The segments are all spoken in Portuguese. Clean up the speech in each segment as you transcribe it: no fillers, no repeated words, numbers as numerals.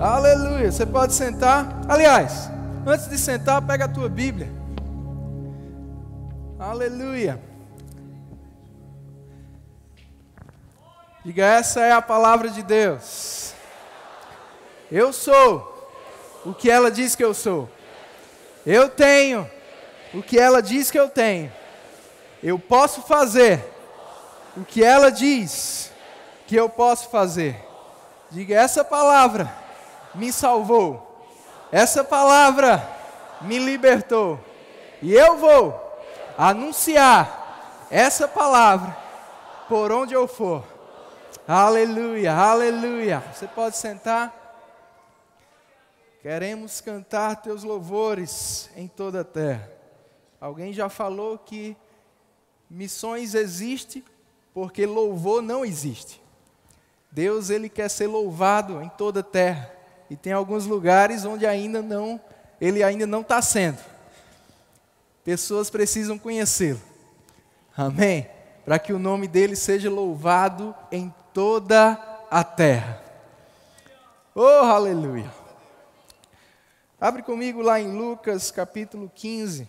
Aleluia. Você pode sentar. Aliás, antes de sentar, pega a tua Bíblia. Aleluia. Diga, essa é a palavra de Deus. Eu sou o que ela diz que eu sou. Eu tenho o que ela diz que eu tenho. Eu posso fazer o que ela diz que eu posso fazer. Diga, essa palavra me salvou. Essa palavra me libertou. E eu vou anunciar essa palavra por onde eu for. Aleluia, aleluia. Você pode sentar. Queremos cantar teus louvores em toda a terra. Alguém já falou que missões existem porque louvor não existe. Deus, Ele quer ser louvado em toda a terra. E tem alguns lugares onde Ele ainda não está sendo. Pessoas precisam conhecê-lo. Amém? Para que o nome dEle seja louvado em toda a terra. Oh, aleluia. Abre comigo lá em Lucas capítulo 15.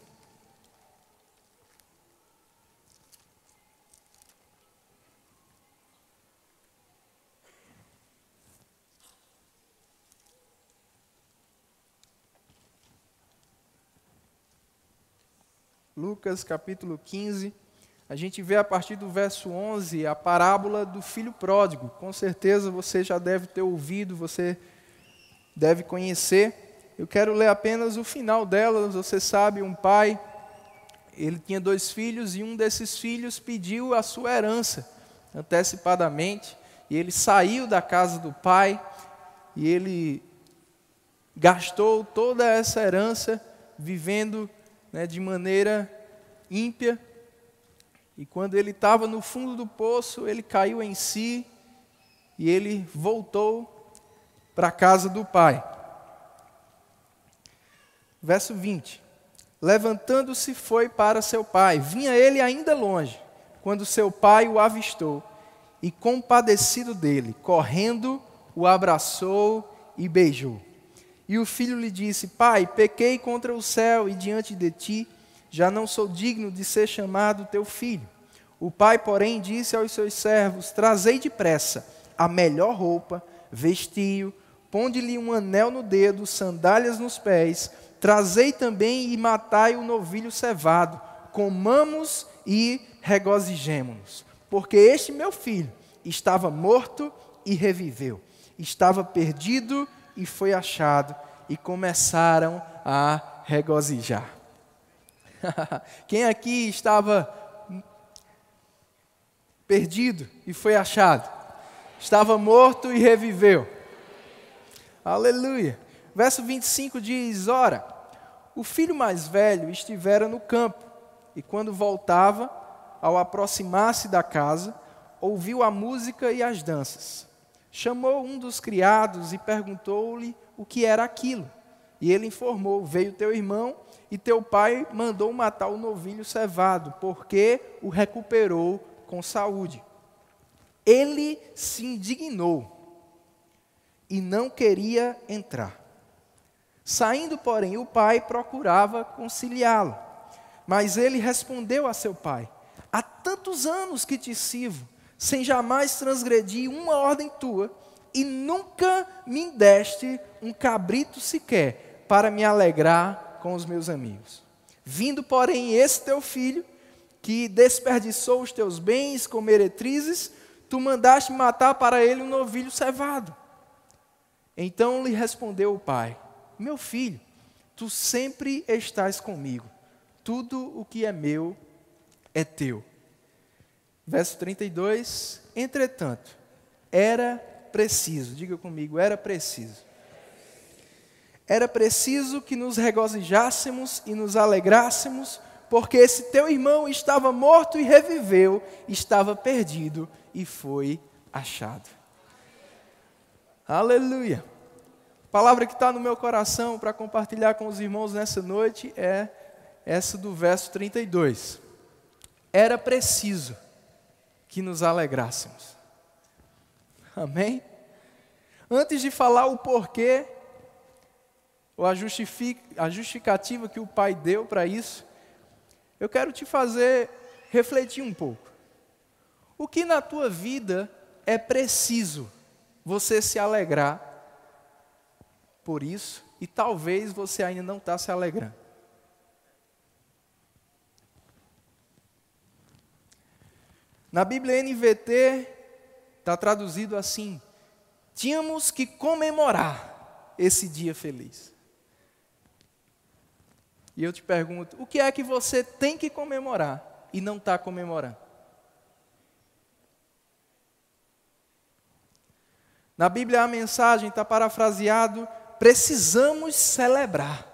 Lucas capítulo 15, a gente vê a partir do verso 11 a parábola do filho pródigo. Com certeza você já deve ter ouvido, você deve conhecer. Eu quero ler apenas o final dela. Você sabe, um pai, ele tinha 2 filhos e um desses filhos pediu a sua herança antecipadamente. E ele saiu da casa do pai e ele gastou toda essa herança vivendo de maneira ímpia, e quando ele estava no fundo do poço, ele caiu em si, e ele voltou para a casa do pai. Verso 20, levantando-se foi para seu pai, vinha ele ainda longe, quando seu pai o avistou, e compadecido dele, correndo, o abraçou e beijou. E o filho lhe disse, pai, pequei contra o céu e diante de ti, já não sou digno de ser chamado teu filho. O pai, porém, disse aos seus servos, trazei depressa a melhor roupa, vestiu, ponde-lhe um anel no dedo, sandálias nos pés, trazei também e matai o novilho cevado, comamos e regozijemo-nos. Porque este meu filho estava morto e reviveu, estava perdido e foi achado, e começaram a regozijar. Quem aqui estava perdido e foi achado? Estava morto e reviveu. Aleluia. Verso 25 diz, ora, o filho mais velho estivera no campo, e quando voltava, ao aproximar-se da casa, ouviu a música e as danças. Chamou um dos criados e perguntou-lhe o que era aquilo. E ele informou, veio teu irmão e teu pai mandou matar o novilho cevado, porque o recuperou com saúde. Ele se indignou e não queria entrar. Saindo, porém, o pai procurava conciliá-lo. Mas ele respondeu a seu pai, há tantos anos que te sirvo, sem jamais transgredir uma ordem tua, e nunca me deste um cabrito sequer, para me alegrar com os meus amigos. Vindo, porém, esse teu filho, que desperdiçou os teus bens com meretrizes, tu mandaste matar para ele um novilho cevado. Então lhe respondeu o pai, meu filho, tu sempre estás comigo, tudo o que é meu é teu. Verso 32, entretanto, era preciso, diga comigo, era preciso que nos regozijássemos e nos alegrássemos, porque esse teu irmão estava morto e reviveu, estava perdido e foi achado. Aleluia. A palavra que está no meu coração para compartilhar com os irmãos nessa noite é essa do verso 32. Era preciso que nos alegrássemos. Amém? Antes de falar o porquê, ou a justificativa que o Pai deu para isso, eu quero te fazer refletir um pouco. O que na tua vida é preciso você se alegrar por isso, e talvez você ainda não está se alegrando? Na Bíblia NVT está traduzido assim: tínhamos que comemorar esse dia feliz. E eu te pergunto, o que é que você tem que comemorar e não está comemorando? Na Bíblia a mensagem está parafraseado: precisamos celebrar.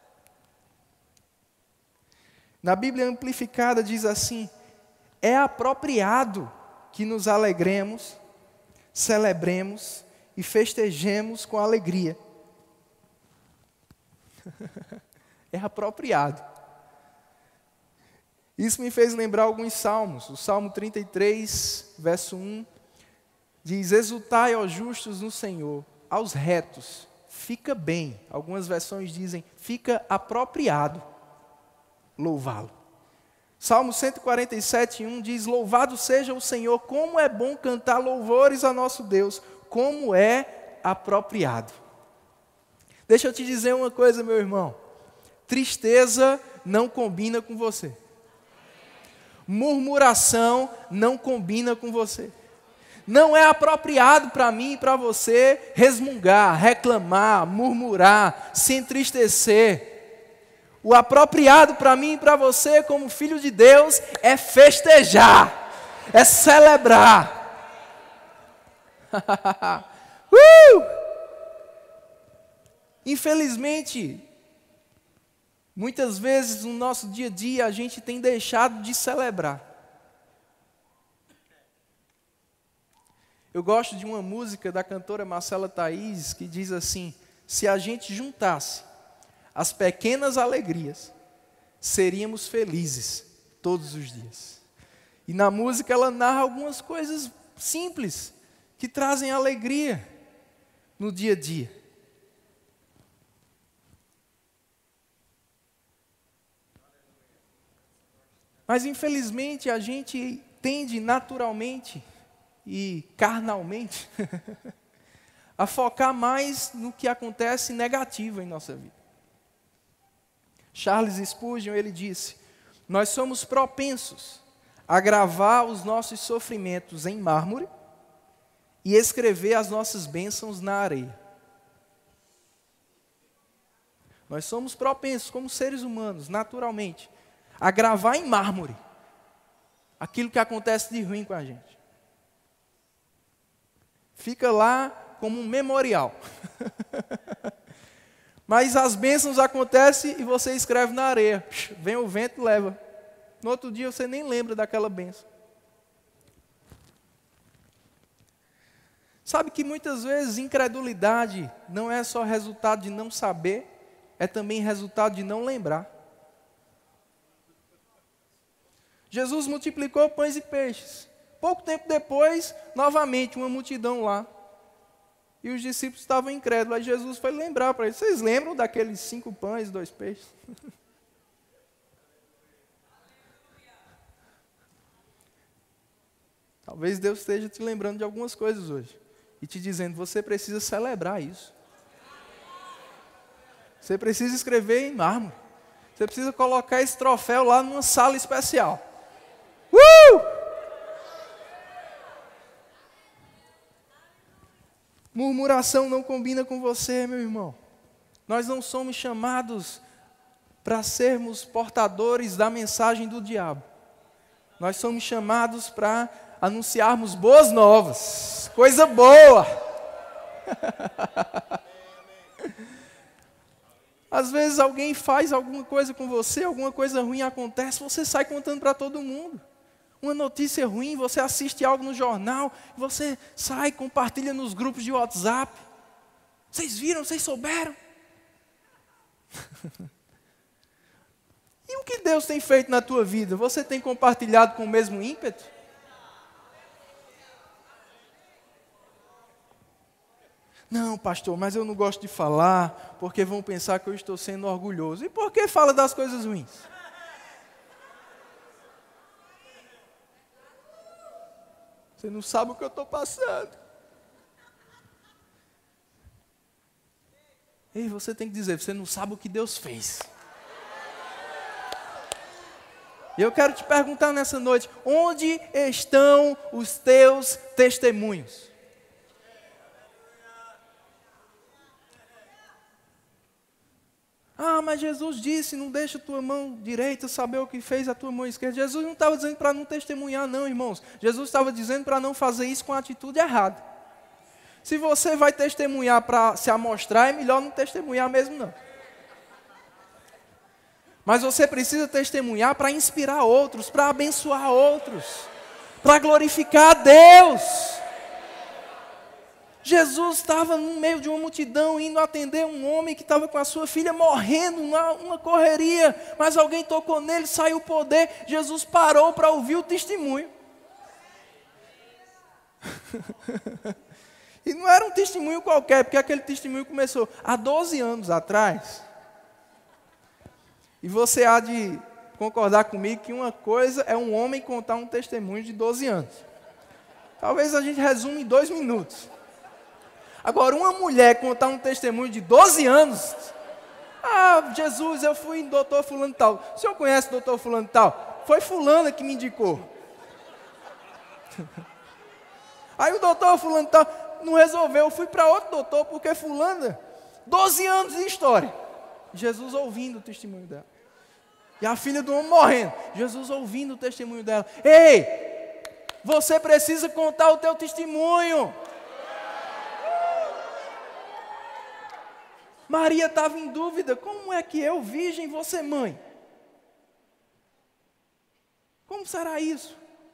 Na Bíblia amplificada diz assim: é apropriado que nos alegremos, celebremos e festejemos com alegria. É apropriado. Isso me fez lembrar alguns salmos. O Salmo 33, verso 1, diz: exultai, ó justos, no Senhor, aos retos, fica bem. Algumas versões dizem, fica apropriado louvá-lo. Salmo 147, 1 diz: louvado seja o Senhor, como é bom cantar louvores a nosso Deus, como é apropriado. Deixa eu te dizer uma coisa, meu irmão. Tristeza não combina com você. Murmuração não combina com você. Não é apropriado para mim e para você resmungar, reclamar, murmurar, se entristecer. O apropriado para mim e para você, como filho de Deus, é festejar, é celebrar. Infelizmente, muitas vezes no nosso dia a dia a gente tem deixado de celebrar. Eu gosto de uma música da cantora Marcela Thaís que diz assim: se a gente juntasse as pequenas alegrias, seríamos felizes todos os dias. E na música ela narra algumas coisas simples que trazem alegria no dia a dia. Mas infelizmente a gente tende naturalmente e carnalmente a focar mais no que acontece negativo em nossa vida. Charles Spurgeon, ele disse: nós somos propensos a gravar os nossos sofrimentos em mármore e escrever as nossas bênçãos na areia. Nós somos propensos, como seres humanos, naturalmente, a gravar em mármore aquilo que acontece de ruim com a gente. Fica lá como um memorial. Mas as bênçãos acontecem e você escreve na areia. Vem o vento e leva. No outro dia você nem lembra daquela bênção. Sabe que muitas vezes incredulidade não é só resultado de não saber, é também resultado de não lembrar. Jesus multiplicou pães e peixes. Pouco tempo depois, novamente, uma multidão lá. E os discípulos estavam incrédulos. Aí Jesus foi lembrar para eles: vocês lembram daqueles 5 pães e 2 peixes? Talvez Deus esteja te lembrando de algumas coisas hoje. E te dizendo: você precisa celebrar isso. Você precisa escrever em mármore. Você precisa colocar esse troféu lá numa sala especial. Murmuração não combina com você, meu irmão. Nós não somos chamados para sermos portadores da mensagem do diabo. Nós somos chamados para anunciarmos boas novas, coisa boa. Às vezes alguém faz alguma coisa com você, alguma coisa ruim acontece, você sai contando para todo mundo. Uma notícia ruim, você assiste algo no jornal, você sai, compartilha nos grupos de WhatsApp. Vocês viram, vocês souberam? E o que Deus tem feito na tua vida? Você tem compartilhado com o mesmo ímpeto? Não, pastor, mas eu não gosto de falar, porque vão pensar que eu estou sendo orgulhoso. E por que fala das coisas ruins? Você não sabe o que eu estou passando. Ei, você tem que dizer, você não sabe o que Deus fez. E eu quero te perguntar nessa noite, onde estão os teus testemunhos? Ah, mas Jesus disse, não deixa a tua mão direita saber o que fez a tua mão esquerda. Jesus não estava dizendo para não testemunhar não, irmãos. Jesus estava dizendo para não fazer isso com a atitude errada. Se você vai testemunhar para se amostrar, é melhor não testemunhar mesmo não. Mas você precisa testemunhar para inspirar outros, para abençoar outros, para glorificar a Deus. Jesus estava no meio de uma multidão, indo atender um homem que estava com a sua filha morrendo, uma correria, mas alguém tocou nele, saiu o poder, Jesus parou para ouvir o testemunho. E não era um testemunho qualquer, porque aquele testemunho começou há 12 anos atrás. E você há de concordar comigo que uma coisa é um homem contar um testemunho de 12 anos. Talvez a gente resume em 2 minutos. Agora, uma mulher contar um testemunho de 12 anos. Ah, Jesus, eu fui em doutor fulano tal. O senhor conhece o doutor fulano tal? Foi fulana que me indicou. Aí o doutor fulano tal não resolveu. Eu fui para outro doutor porque fulana, 12 anos de história. Jesus ouvindo o testemunho dela. E a filha do homem morrendo. Jesus ouvindo o testemunho dela. Ei, você precisa contar o teu testemunho. Maria estava em dúvida, como é que eu, virgem, vou ser mãe? Como será isso?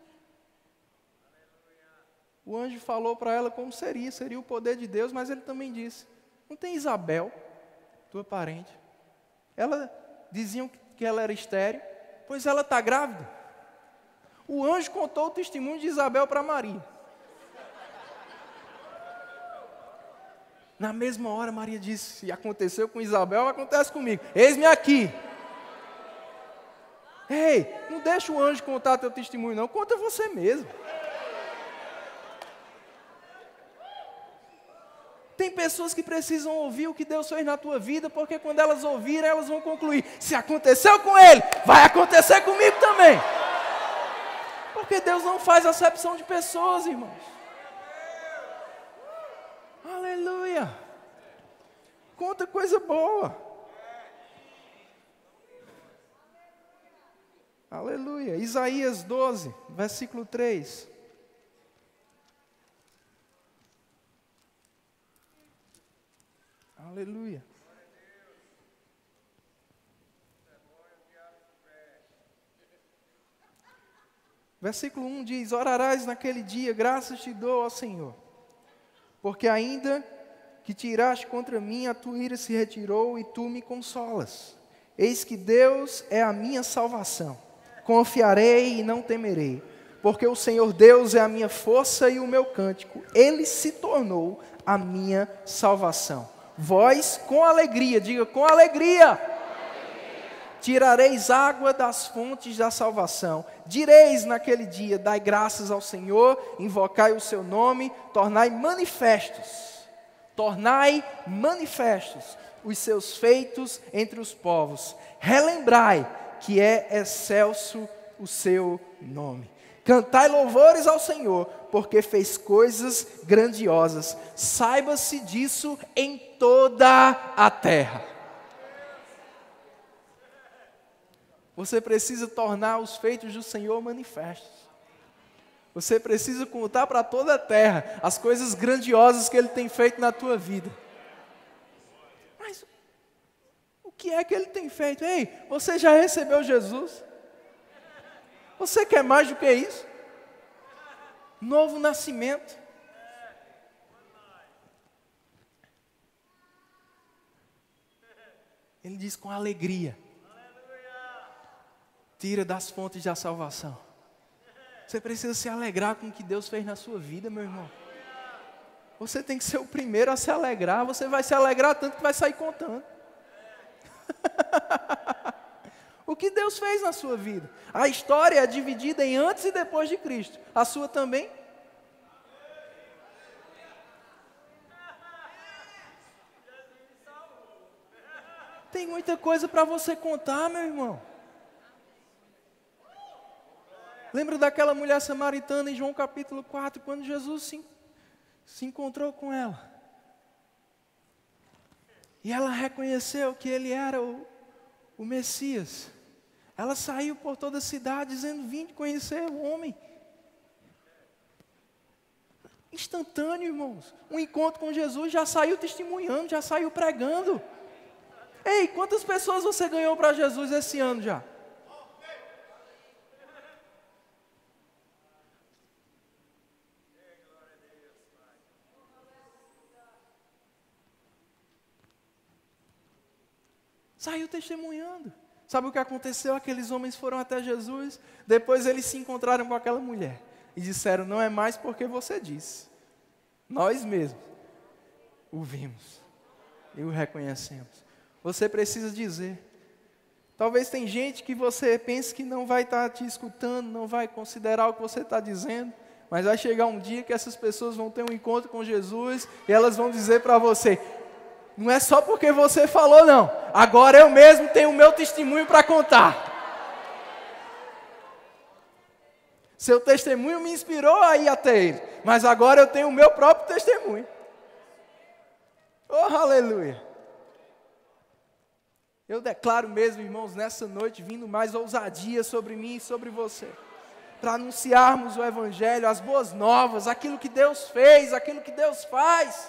O anjo falou para ela como seria o poder de Deus, mas ele também disse, não tem Isabel, tua parente? Ela, diziam que ela era estéril, pois ela está grávida. O anjo contou o testemunho de Isabel para Maria. Na mesma hora, Maria disse, se aconteceu com Isabel, acontece comigo. Eis-me aqui. Ei, não deixa o anjo contar teu testemunho não, conta você mesmo. Tem pessoas que precisam ouvir o que Deus fez na tua vida, porque quando elas ouvirem, elas vão concluir, se aconteceu com ele, vai acontecer comigo também. Porque Deus não faz acepção de pessoas, irmãos. Aleluia. Conta coisa boa. Aleluia. Isaías 12, versículo 3. Aleluia. Versículo 1 diz, orarás naquele dia, graças te dou ao Senhor. Porque ainda que tiraste contra mim, a tua ira se retirou e tu me consolas. Eis que Deus é a minha salvação. Confiarei e não temerei, porque o Senhor Deus é a minha força e o meu cântico. Ele se tornou a minha salvação. Vós com alegria, diga com alegria. Tirareis água das fontes da salvação. Direis naquele dia, dai graças ao Senhor, invocai o seu nome, tornai manifestos os seus feitos entre os povos. Relembrai que é excelso o seu nome. Cantai louvores ao Senhor, porque fez coisas grandiosas. Saiba-se disso em toda a terra. Você precisa tornar os feitos do Senhor manifestos. Você precisa contar para toda a terra as coisas grandiosas que Ele tem feito na tua vida. Mas o que é que Ele tem feito? Ei, você já recebeu Jesus? Você quer mais do que isso? Novo nascimento. Ele diz com alegria. Tira das fontes da salvação. Você precisa se alegrar com o que Deus fez na sua vida, meu irmão. Você tem que ser o primeiro a se alegrar. Você vai se alegrar tanto que vai sair contando. O que Deus fez na sua vida? A história é dividida em antes e depois de Cristo. A sua também? Tem muita coisa para você contar, meu irmão. Lembra daquela mulher samaritana em João capítulo 4, quando Jesus se encontrou com ela. E ela reconheceu que ele era o Messias. Ela saiu por toda a cidade dizendo: vim conhecer o homem. Instantâneo, irmãos. Um encontro com Jesus, já saiu testemunhando, já saiu pregando. Ei, quantas pessoas você ganhou para Jesus esse ano já? Saiu testemunhando. Sabe o que aconteceu? Aqueles homens foram até Jesus, depois eles se encontraram com aquela mulher e disseram: não é mais porque você disse, nós mesmos o vimos e o reconhecemos. Você precisa dizer. Talvez tem gente que você pense que não vai estar te escutando, não vai considerar o que você está dizendo, mas vai chegar um dia que essas pessoas vão ter um encontro com Jesus e elas vão dizer para você: não é só porque você falou não, agora eu mesmo tenho o meu testemunho para contar. Seu testemunho me inspirou a ir até ele, mas agora eu tenho o meu próprio testemunho. Oh, aleluia! Eu declaro mesmo, irmãos, nessa noite, vindo mais ousadia sobre mim e sobre você, para anunciarmos o Evangelho, as boas novas, aquilo que Deus fez, aquilo que Deus faz.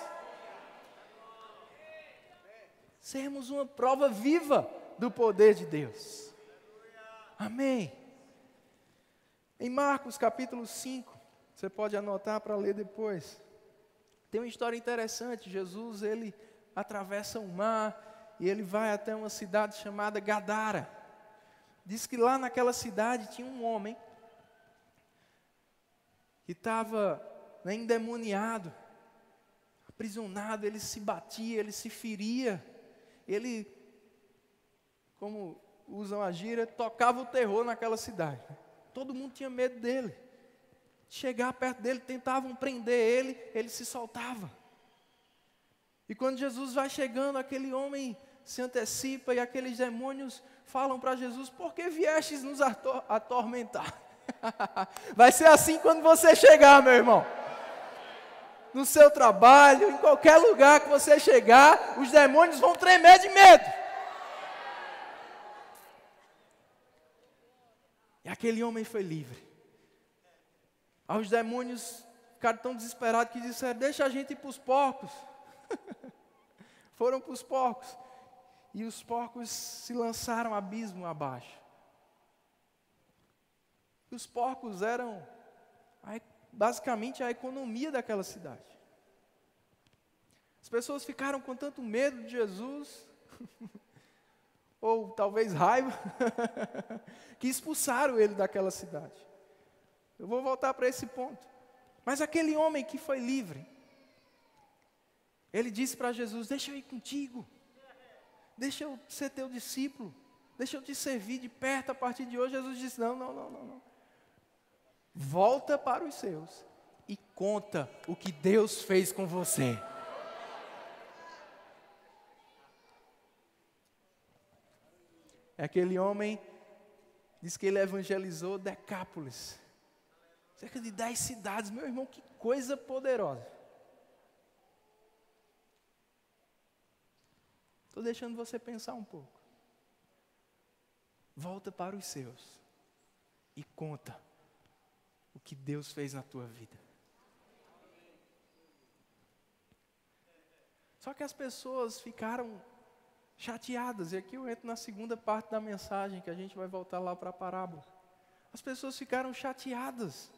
Sermos uma prova viva do poder de Deus. Amém. Em Marcos capítulo 5, você pode anotar para ler depois. Tem uma história interessante. Jesus, ele atravessa o mar e ele vai até uma cidade chamada Gadara. Diz que lá naquela cidade tinha um homem que estava endemoniado, aprisionado, ele se batia, ele se feria. Ele, como usam a gíria, tocava o terror naquela cidade. Todo mundo tinha medo dele. Chegar perto dele, tentavam prender ele, ele se soltava. E quando Jesus vai chegando, aquele homem se antecipa e aqueles demônios falam para Jesus: por que viestes nos atormentar? Vai ser assim quando você chegar, meu irmão. No seu trabalho, em qualquer lugar que você chegar, os demônios vão tremer de medo. E aquele homem foi livre. Aí os demônios ficaram tão desesperados que disseram: deixa a gente ir para os porcos. Foram para os porcos. E os porcos se lançaram abismo abaixo. E os porcos eram basicamente a economia daquela cidade. As pessoas ficaram com tanto medo de Jesus, ou talvez raiva, que expulsaram ele daquela cidade. Eu vou voltar para esse ponto. Mas aquele homem que foi livre, ele disse para Jesus: deixa eu ir contigo, deixa eu ser teu discípulo, deixa eu te servir de perto a partir de hoje. Jesus disse: não. Volta para os seus e conta o que Deus fez com você. Aquele homem diz que ele evangelizou Decápolis, cerca de 10 cidades. Meu irmão, que coisa poderosa. Estou deixando você pensar um pouco. Volta para os seus e conta o que Deus fez na tua vida. Só que as pessoas ficaram chateadas, e aqui eu entro na segunda parte da mensagem, que a gente vai voltar lá para a parábola. As pessoas ficaram chateadas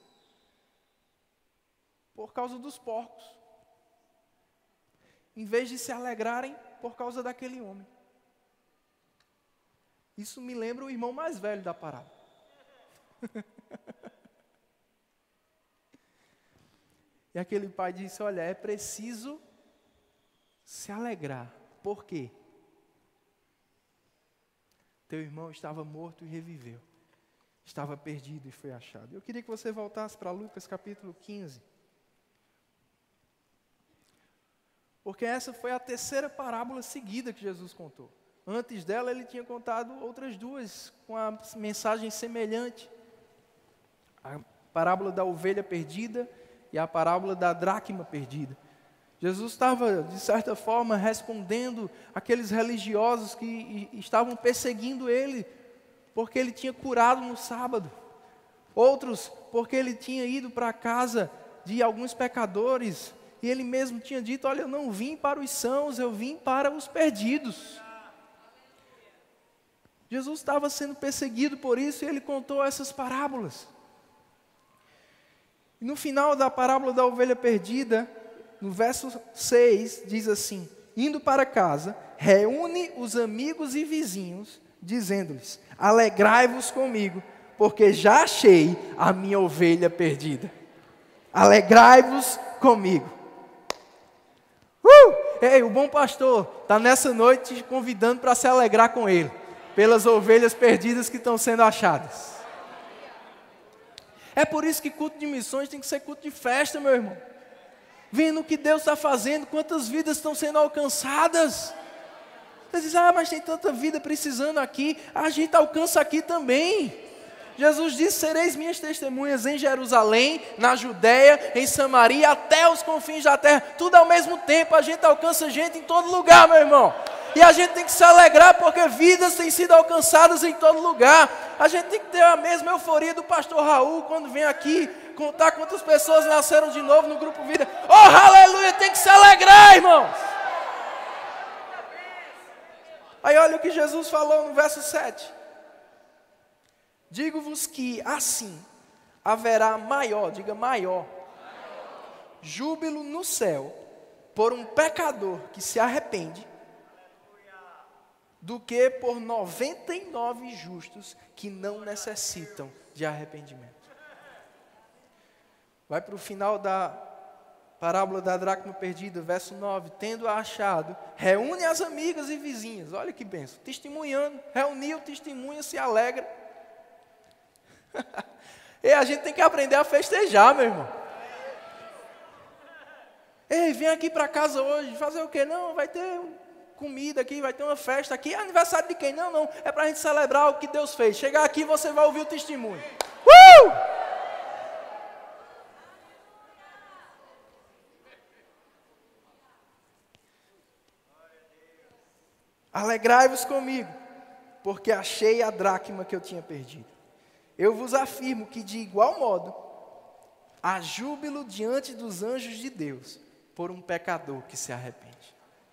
por causa dos porcos, em vez de se alegrarem por causa daquele homem. Isso me lembra o irmão mais velho da parábola. E E aquele pai disse: olha, é preciso se alegrar. Por quê? Teu irmão estava morto e reviveu. Estava perdido e foi achado. Eu queria que você voltasse para Lucas capítulo 15. Porque essa foi a terceira parábola seguida que Jesus contou. Antes dela, ele tinha contado outras duas com a mensagem semelhante. A parábola da ovelha perdida e a parábola da dracma perdida. Jesus estava, de certa forma, respondendo aqueles religiosos que estavam perseguindo ele, porque ele tinha curado no sábado. Outros, porque ele tinha ido para a casa de alguns pecadores, e ele mesmo tinha dito: olha, eu não vim para os sãos, eu vim para os perdidos. Jesus estava sendo perseguido por isso, e ele contou essas parábolas. E no final da parábola da ovelha perdida, no verso 6, diz assim: indo para casa, reúne os amigos e vizinhos, dizendo-lhes: alegrai-vos comigo, porque já achei a minha ovelha perdida. Alegrai-vos comigo. Ei, o bom pastor está nessa noite te convidando para se alegrar com ele, pelas ovelhas perdidas que estão sendo achadas. É por isso que culto de missões tem que ser culto de festa, meu irmão. Vendo o que Deus está fazendo, quantas vidas estão sendo alcançadas. Você diz: mas tem tanta vida precisando aqui. A gente alcança aqui também. Jesus disse: sereis minhas testemunhas em Jerusalém, na Judéia, em Samaria, até os confins da terra. Tudo ao mesmo tempo. A gente alcança gente em todo lugar, meu irmão. E a gente tem que se alegrar porque vidas têm sido alcançadas em todo lugar. A gente tem que ter a mesma euforia do pastor Raul quando vem aqui contar quantas pessoas nasceram de novo no Grupo Vida. Oh, aleluia, tem que se alegrar, irmãos. Aí olha o que Jesus falou no verso 7. Digo-vos que assim haverá maior, diga maior, júbilo no céu por um pecador que se arrepende, do que por 99 justos que não necessitam de arrependimento. Vai para o final da parábola da dracma perdida, verso 9. Tendo-a achado, reúne as amigas e vizinhas. Olha que bênção. Testemunhando, reuniu, testemunha, se alegra. E a gente tem que aprender a festejar, meu irmão. Ei, vem aqui para casa hoje. Fazer o quê? Não, vai ter comida aqui, vai ter uma festa aqui. É aniversário de quem? Não, não. É para a gente celebrar o que Deus fez. Chegar aqui, você vai ouvir o testemunho. Alegrai-vos comigo, porque achei a dracma que eu tinha perdido. Eu vos afirmo que de igual modo, há júbilo diante dos anjos de Deus, por um pecador que se arrepende.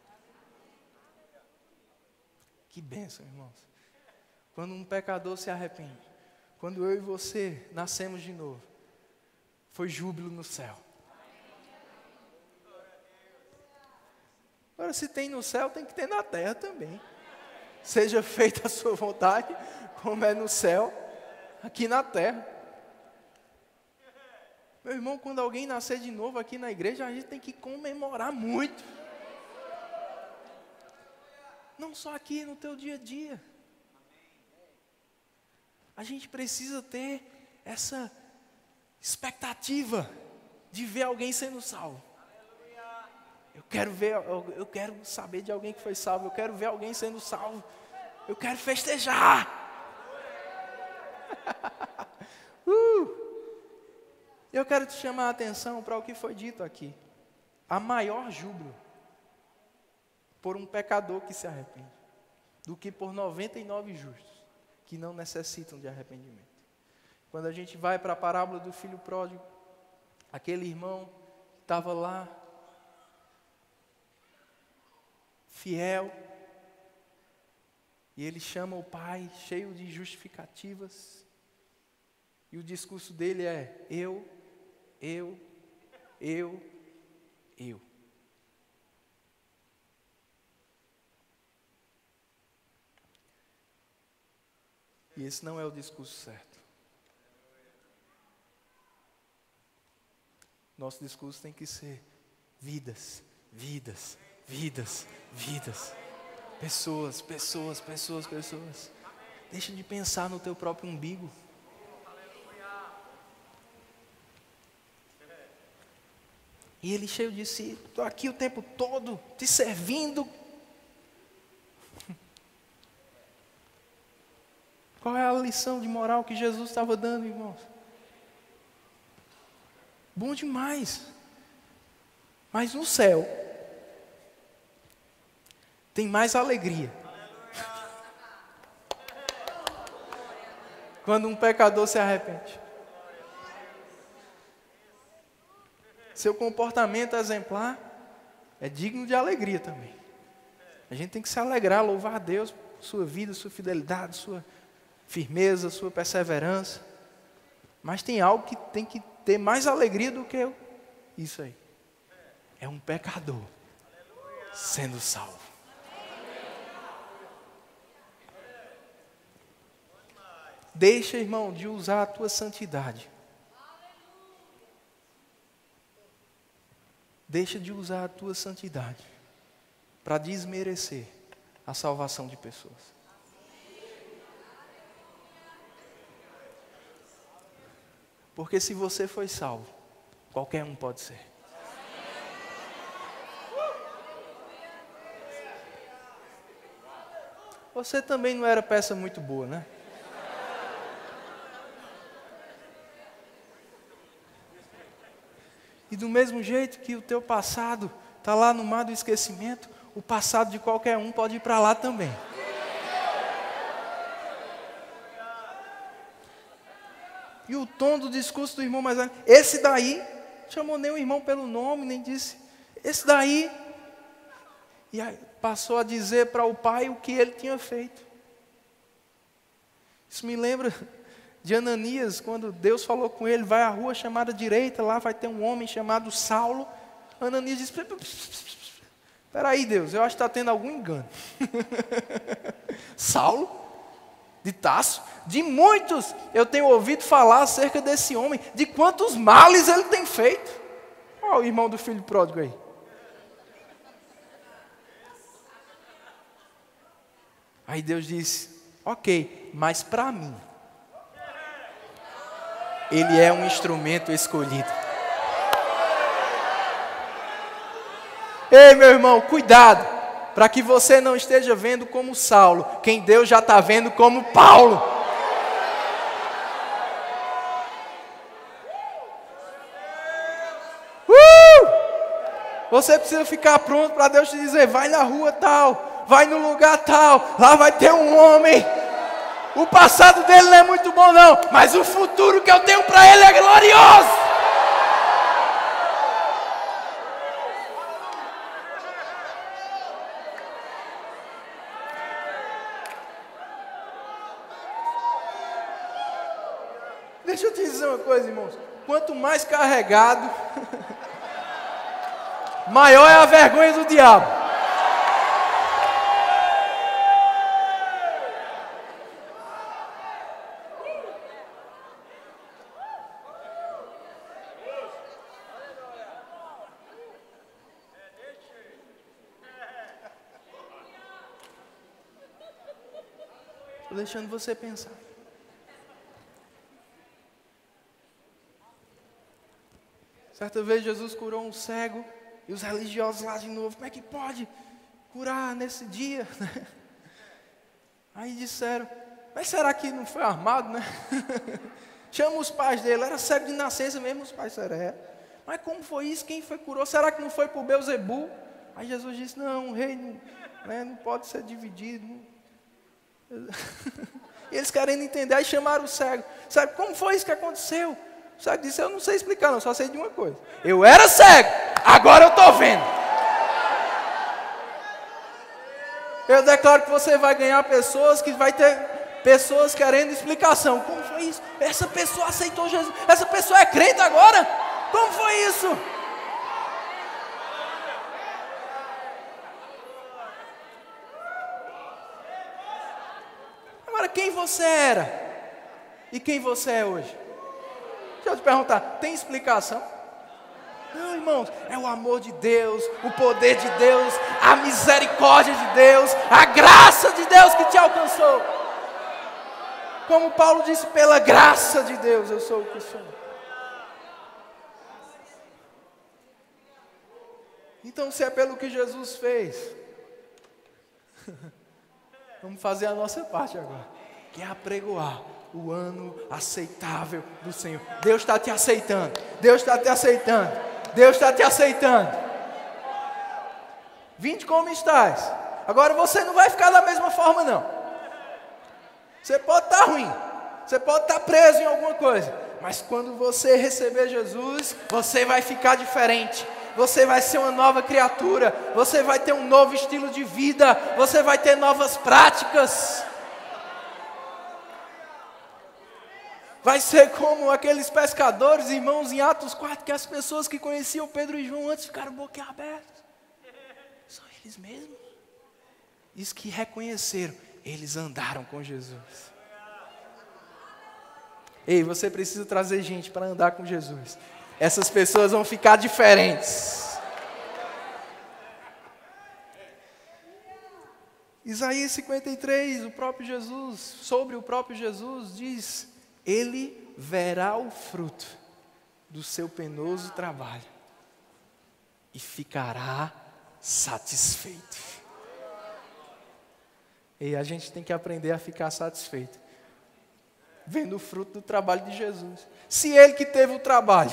Que bênção, irmãos. Quando um pecador se arrepende, quando eu e você nascemos de novo, foi júbilo no céu. Agora, se tem no céu, tem que ter na terra também. Seja feita a sua vontade, como é no céu, aqui na terra. Meu irmão, quando alguém nascer de novo aqui na igreja, a gente tem que comemorar muito. Não só aqui, no teu dia a dia. A gente precisa ter essa expectativa de ver alguém sendo salvo. Eu quero saber de alguém que foi salvo. Eu quero ver alguém sendo salvo. Eu quero festejar. Eu quero te chamar a atenção para o que foi dito aqui. Há maior júbilo por um pecador que se arrepende, do que por 99 justos, que não necessitam de arrependimento. Quando a gente vai para a parábola do filho pródigo, aquele irmão que estava lá, fiel, e ele chama o pai, cheio de justificativas, e o discurso dele é: eu. E esse não é o discurso certo. Nosso discurso tem que ser vidas, vidas, vidas, vidas. Pessoas, pessoas, pessoas, pessoas. Deixa de pensar no teu próprio umbigo. E ele cheio de si, estou aqui o tempo todo, te servindo. Qual é a lição de moral que Jesus estava dando, irmãos? Bom demais. Mas no céu, tem mais alegria. Quando um pecador se arrepende. Seu comportamento exemplar é digno de alegria também. A gente tem que se alegrar, louvar a Deus por sua vida, sua fidelidade, sua firmeza, sua perseverança. Mas tem algo que tem que ter mais alegria do que isso aí. É um pecador sendo salvo. Deixa, irmão, de usar a tua santidade. Deixa de usar a tua santidade para desmerecer a salvação de pessoas. Porque se você foi salvo, qualquer um pode ser. Você também não era peça muito boa, né? E do mesmo jeito que o teu passado está lá no mar do esquecimento, o passado de qualquer um pode ir para lá também. E o tom do discurso do irmão mais velho, esse daí, chamou nem o irmão pelo nome, nem disse, esse daí. E aí passou a dizer para o pai o que ele tinha feito. Isso me lembra de Ananias, quando Deus falou com ele, vai à rua chamada direita, lá vai ter um homem chamado Saulo. Ananias disse, espera aí Deus, eu acho que está tendo algum engano. Saulo, de Tarso, de muitos eu tenho ouvido falar acerca desse homem, de quantos males ele tem feito. Olha o irmão do filho pródigo aí. Aí Deus disse, ok, mas para mim, ele é um instrumento escolhido. Ei, meu irmão, cuidado, para que você não esteja vendo como Saulo, quem Deus já está vendo como Paulo. Você precisa ficar pronto para Deus te dizer, vai na rua tal, vai no lugar tal, lá vai ter um homem. O passado dele não é muito bom não, mas o futuro que eu tenho para ele é glorioso. Deixa eu te dizer uma coisa, irmãos. Quanto mais carregado, maior é a vergonha do diabo. Estou deixando você pensar. Certa vez Jesus curou um cego e os religiosos lá de novo, como é que pode curar nesse dia? Aí disseram, mas será que não foi armado, né? Chama os pais dele, era cego de nascença mesmo, os pais disseram, mas como foi isso? Quem foi curou? Será que não foi por Beelzebul? Aí Jesus disse, não, o reino não pode ser dividido. E eles querendo entender, aí chamaram o cego. Sabe como foi isso que aconteceu? O cego disse, eu não sei explicar não, só sei de uma coisa. Eu era cego, agora eu estou vendo. Eu declaro que você vai ganhar pessoas, que vai ter pessoas querendo explicação. Como foi isso? Essa pessoa aceitou Jesus, essa pessoa é crente agora? Como foi isso? Agora, quem você era e quem você é hoje? Deixa eu te perguntar, tem explicação? Não, irmãos, é o amor de Deus, o poder de Deus, a misericórdia de Deus, a graça de Deus que te alcançou. Como Paulo disse, pela graça de Deus eu sou o que sou. Então, se é pelo que Jesus fez, vamos fazer a nossa parte agora, que é apregoar o ano aceitável do Senhor. Deus está te aceitando, Deus está te aceitando, Deus está te aceitando. Vinde como estás. Agora você não vai ficar da mesma forma não. Você pode estar ruim, você pode estar preso em alguma coisa, mas quando você receber Jesus, você vai ficar diferente. Você vai ser uma nova criatura, você vai ter um novo estilo de vida, você vai ter novas práticas. Vai ser como aqueles pescadores, irmãos, em Atos 4, que as pessoas que conheciam Pedro e João antes ficaram boquiabertas. São eles mesmos. Isso que reconheceram, eles andaram com Jesus. Ei, você precisa trazer gente para andar com Jesus. Essas pessoas vão ficar diferentes. Isaías 53, o próprio Jesus, sobre o próprio Jesus, diz: Ele verá o fruto do seu penoso trabalho e ficará satisfeito. E a gente tem que aprender a ficar satisfeito, vendo o fruto do trabalho de Jesus. Se Ele que teve o trabalho,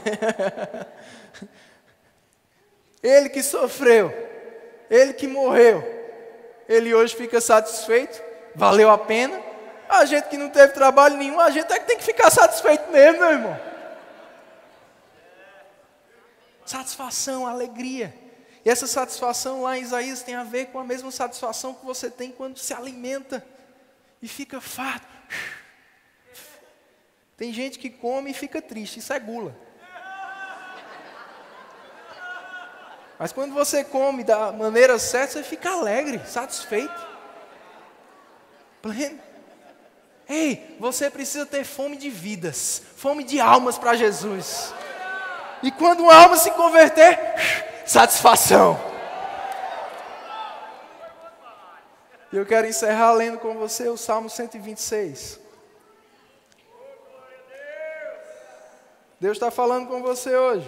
Ele que sofreu, Ele que morreu, Ele hoje fica satisfeito, valeu a pena. A gente que não teve trabalho nenhum, a gente é que tem que ficar satisfeito mesmo, meu irmão. Satisfação, alegria. E essa satisfação lá em Isaías tem a ver com a mesma satisfação que você tem quando se alimenta e fica farto. Tem gente que come e fica triste, isso é gula. Mas quando você come da maneira certa, você fica alegre, satisfeito, pleno. Ei, você precisa ter fome de vidas, fome de almas para Jesus. E quando uma alma se converter, satisfação. E eu quero encerrar lendo com você o Salmo 126. Deus está falando com você hoje.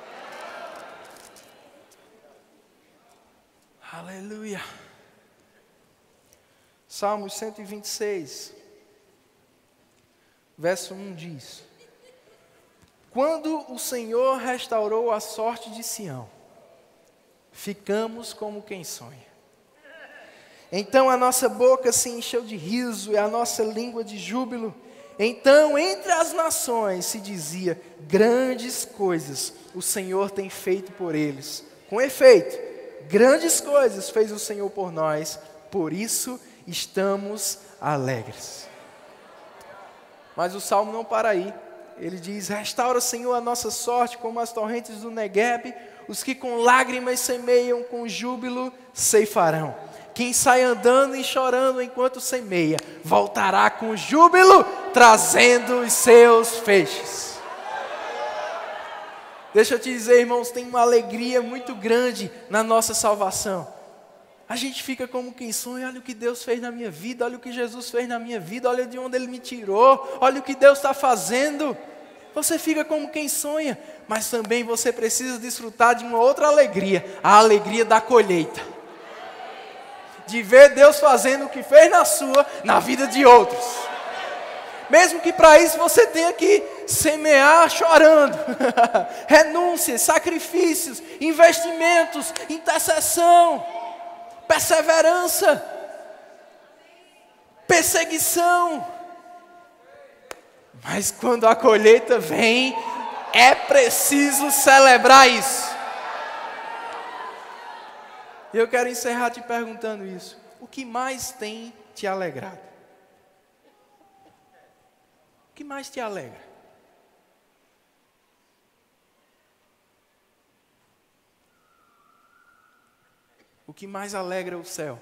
Aleluia. Salmos 126, verso 1 diz: Quando o Senhor restaurou a sorte de Sião, ficamos como quem sonha. Então a nossa boca se encheu de riso e a nossa língua de júbilo. Então, entre as nações se dizia: grandes coisas o Senhor tem feito por eles. Com efeito, grandes coisas fez o Senhor por nós, por isso estamos alegres. Mas o salmo não para aí. Ele diz: restaura, Senhor, a nossa sorte como as torrentes do Neguebe. Os que com lágrimas semeiam, com júbilo ceifarão. Quem sai andando e chorando enquanto semeia, voltará com júbilo, trazendo os seus feixes. Deixa eu te dizer, irmãos, tem uma alegria muito grande na nossa salvação. A gente fica como quem sonha: olha o que Deus fez na minha vida, olha o que Jesus fez na minha vida, olha de onde Ele me tirou, olha o que Deus está fazendo. Você fica como quem sonha, mas também você precisa desfrutar de uma outra alegria, a alegria da colheita. De ver Deus fazendo o que fez na sua, na vida de outros. Mesmo que para isso você tenha que semear chorando. Renúncias, sacrifícios, investimentos, intercessão, perseverança, perseguição. Mas quando a colheita vem, é preciso celebrar isso. E eu quero encerrar te perguntando isso: o que mais tem te alegrado? O que mais te alegra? O que mais alegra o céu?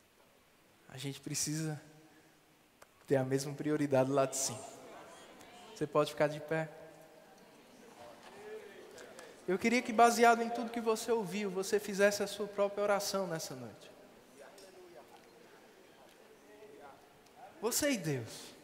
A gente precisa ter a mesma prioridade lá de cima. Você pode ficar de pé. Eu queria que, baseado em tudo que você ouviu, você fizesse a sua própria oração nessa noite. Você e Deus.